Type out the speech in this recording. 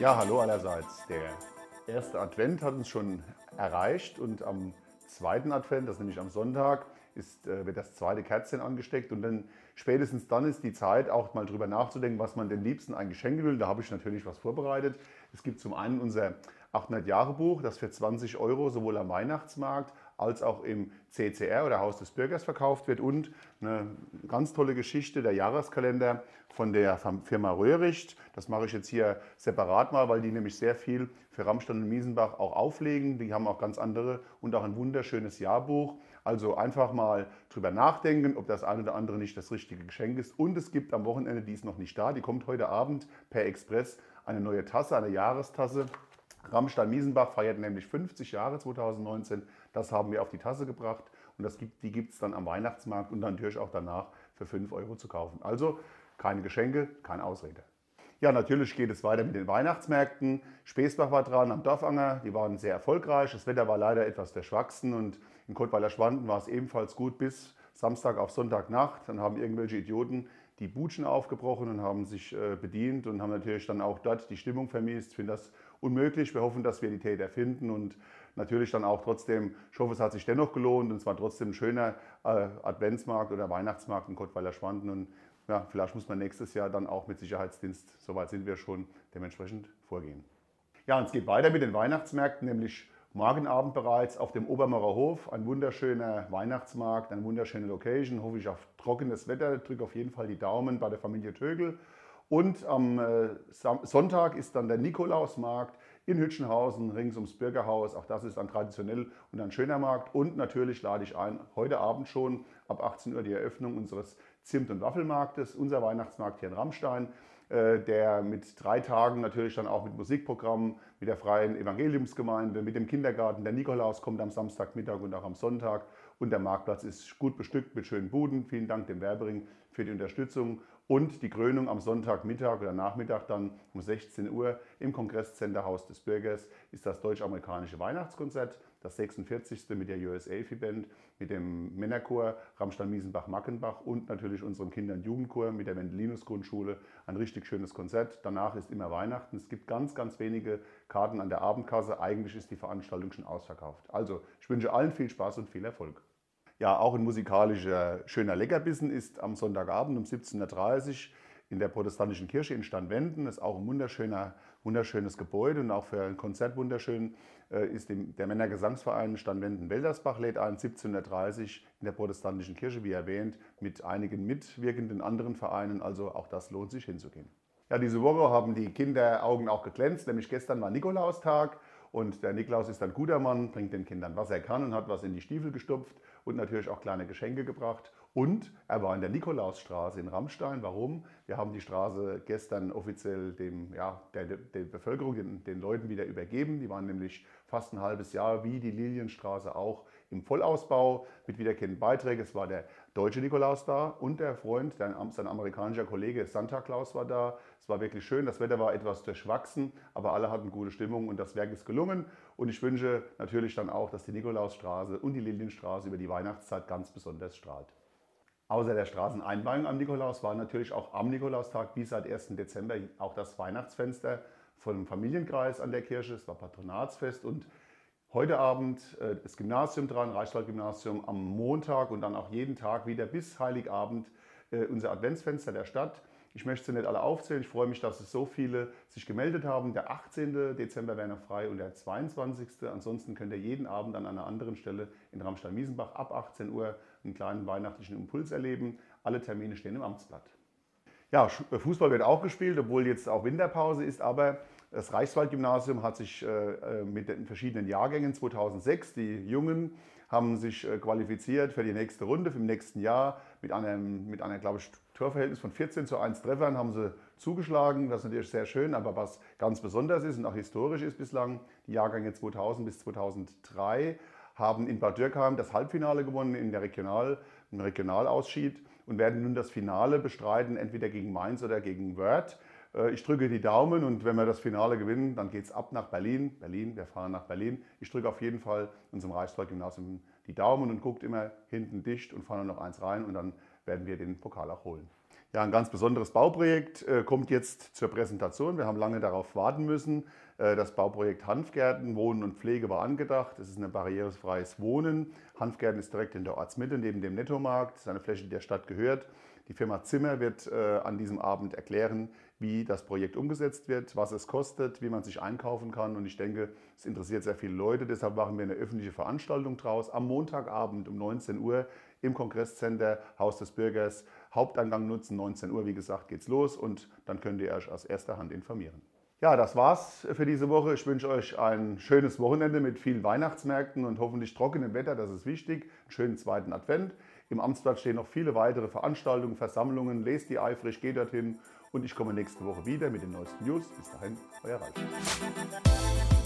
Ja, hallo allerseits. Der erste Advent hat uns schon erreicht und am zweiten Advent, das ist nämlich am Sonntag, wird das zweite Kerzchen angesteckt und dann spätestens dann ist die Zeit, auch mal drüber nachzudenken, was man den Liebsten eigentlich schenken will. Da habe ich natürlich was vorbereitet. Es gibt zum einen unser 800-Jahre-Buch, das für 20 Euro sowohl am Weihnachtsmarkt als auch im CCR oder Haus des Bürgers verkauft wird und eine ganz tolle Geschichte, der Jahreskalender von der Firma Röhricht. Das mache ich jetzt hier separat mal, weil die nämlich sehr viel für Ramstein und Miesenbach auch auflegen. Die haben auch ganz andere und auch ein wunderschönes Jahrbuch. Also einfach mal drüber nachdenken, ob das eine oder andere nicht das richtige Geschenk ist. Und es gibt am Wochenende, die ist noch nicht da, die kommt heute Abend per Express, eine neue Tasse, eine Jahrestasse. Ramstein-Miesenbach feiert nämlich 50 Jahre 2019. Das haben wir auf die Tasse gebracht und die gibt es dann am Weihnachtsmarkt und dann natürlich auch danach für 5 Euro zu kaufen. Also keine Geschenke, keine Ausrede. Ja, natürlich geht es weiter mit den Weihnachtsmärkten. Späßbach war dran am Dorfanger, die waren sehr erfolgreich. Das Wetter war leider etwas durchwachsen und in Kottweiler-Schwanden war es ebenfalls gut bis Samstag auf Sonntagnacht. Dann haben irgendwelche Idioten die Butschen aufgebrochen und haben sich bedient und haben natürlich dann auch dort die Stimmung vermiest. Ich finde das unmöglich. Wir hoffen, dass wir die Täter finden und natürlich dann auch trotzdem, ich hoffe, es hat sich dennoch gelohnt und es war trotzdem ein schöner Adventsmarkt oder Weihnachtsmarkt in Kottweiler-Schwanden und ja, vielleicht muss man nächstes Jahr dann auch mit Sicherheitsdienst, soweit sind wir schon, dementsprechend vorgehen. Ja, und es geht weiter mit den Weihnachtsmärkten, nämlich morgen Abend bereits auf dem Obermaurer Hof. Ein wunderschöner Weihnachtsmarkt, eine wunderschöne Location, hoffe ich auf trockenes Wetter. Drücke auf jeden Fall die Daumen bei der Familie Tögel. Und am Sonntag ist dann der Nikolausmarkt in Hütchenhausen, rings ums Bürgerhaus. Auch das ist dann traditionell und ein schöner Markt. Und natürlich lade ich ein, heute Abend schon ab 18 Uhr die Eröffnung unseres Zimt- und Waffelmarktes, unser Weihnachtsmarkt hier in Ramstein, der mit 3 Tagen natürlich dann auch mit Musikprogrammen, mit der Freien Evangeliumsgemeinde, mit dem Kindergarten. Der Nikolaus kommt am Samstagmittag und auch am Sonntag. Und der Marktplatz ist gut bestückt mit schönen Buden. Vielen Dank dem Werbering für die Unterstützung. Und die Krönung am Sonntagmittag oder Nachmittag dann um 16 Uhr im Kongresscenter Haus des Bürgers ist das deutsch-amerikanische Weihnachtskonzert, das 46. mit der USA-Band, mit dem Männerchor Ramstein-Miesenbach-Mackenbach und natürlich unserem Kinder- und Jugendchor mit der Wendelinus-Grundschule. Ein richtig schönes Konzert. Danach ist immer Weihnachten. Es gibt ganz, ganz wenige Karten an der Abendkasse. Eigentlich ist die Veranstaltung schon ausverkauft. Also, ich wünsche allen viel Spaß und viel Erfolg. Ja, auch ein musikalischer schöner Leckerbissen ist am Sonntagabend um 17:30 Uhr in der protestantischen Kirche in Standwenden. Das ist auch ein wunderschönes Gebäude und auch für ein Konzert wunderschön ist der Männergesangsverein Standwenden-Weldersbach lädt ein, 17:30 Uhr in der protestantischen Kirche, wie erwähnt, mit einigen mitwirkenden anderen Vereinen. Also auch das lohnt sich hinzugehen. Ja, diese Woche haben die Kinderaugen auch geglänzt, nämlich gestern war Nikolaustag und der Nikolaus ist ein guter Mann, bringt den Kindern, was er kann und hat was in die Stiefel gestopft und natürlich auch kleine Geschenke gebracht. Und er war in der Nikolausstraße in Ramstein. Warum? Wir haben die Straße gestern offiziell der Bevölkerung, den Leuten wieder übergeben. Die waren nämlich fast ein halbes Jahr wie die Lilienstraße auch im Vollausbau mit wiederkehrenden Beiträgen. Es war der deutsche Nikolaus da und der Freund, sein amerikanischer Kollege Santa Claus war da. Es war wirklich schön, das Wetter war etwas durchwachsen, aber alle hatten gute Stimmung und das Werk ist gelungen. Und ich wünsche natürlich dann auch, dass die Nikolausstraße und die Lilienstraße über die Weihnachtszeit ganz besonders strahlt. Außer der Straßeneinweihung am Nikolaus war natürlich auch am Nikolaustag wie seit 1. Dezember auch das Weihnachtsfenster vom Familienkreis an der Kirche. Es war Patronatsfest und heute Abend das Gymnasium dran, Reichswald-Gymnasium, am Montag und dann auch jeden Tag wieder bis Heiligabend unser Adventsfenster der Stadt. Ich möchte sie nicht alle aufzählen. Ich freue mich, dass es so viele sich gemeldet haben. Der 18. Dezember wäre noch frei und der 22. Ansonsten könnt ihr jeden Abend an einer anderen Stelle in Ramstein-Miesenbach ab 18 Uhr einen kleinen weihnachtlichen Impuls erleben. Alle Termine stehen im Amtsblatt. Ja, Fußball wird auch gespielt, obwohl jetzt auch Winterpause ist, aber das Reichswald-Gymnasium hat sich mit den verschiedenen Jahrgängen 2006, die Jungen haben sich qualifiziert für die nächste Runde, für im nächsten Jahr mit einer glaube ich, Torverhältnis von 14:1 Treffern haben sie zugeschlagen. Das ist natürlich sehr schön, aber was ganz besonders ist und auch historisch ist bislang, die Jahrgänge 2000 bis 2003 haben in Bad Dürkheim das Halbfinale gewonnen im Regionalausscheid und werden nun das Finale bestreiten, entweder gegen Mainz oder gegen Wörth. Ich drücke die Daumen und wenn wir das Finale gewinnen, dann geht es ab nach Berlin. Wir fahren nach Berlin. Ich drücke auf jeden Fall unserem Reichswald-Gymnasium die Daumen und guckt immer hinten dicht und fahre noch eins rein und dann werden wir den Pokal auch holen. Ja, ein ganz besonderes Bauprojekt kommt jetzt zur Präsentation. Wir haben lange darauf warten müssen. Das Bauprojekt Hanfgärten, Wohnen und Pflege war angedacht. Es ist ein barrierefreies Wohnen. Hanfgärten ist direkt in der Ortsmitte neben dem Nettomarkt. Das ist eine Fläche, die der Stadt gehört. Die Firma Zimmer wird an diesem Abend erklären, wie das Projekt umgesetzt wird, was es kostet, wie man sich einkaufen kann. Und ich denke, es interessiert sehr viele Leute. Deshalb machen wir eine öffentliche Veranstaltung draus am Montagabend um 19 Uhr im Kongresscenter Haus des Bürgers. Haupteingang nutzen, 19 Uhr, wie gesagt, geht's los und dann könnt ihr euch aus erster Hand informieren. Ja, das war's für diese Woche. Ich wünsche euch ein schönes Wochenende mit vielen Weihnachtsmärkten und hoffentlich trockenem Wetter, das ist wichtig. Einen schönen zweiten Advent. Im Amtsblatt stehen noch viele weitere Veranstaltungen, Versammlungen. Lest die eifrig, geht dorthin und ich komme nächste Woche wieder mit den neuesten News. Bis dahin, euer Ralf.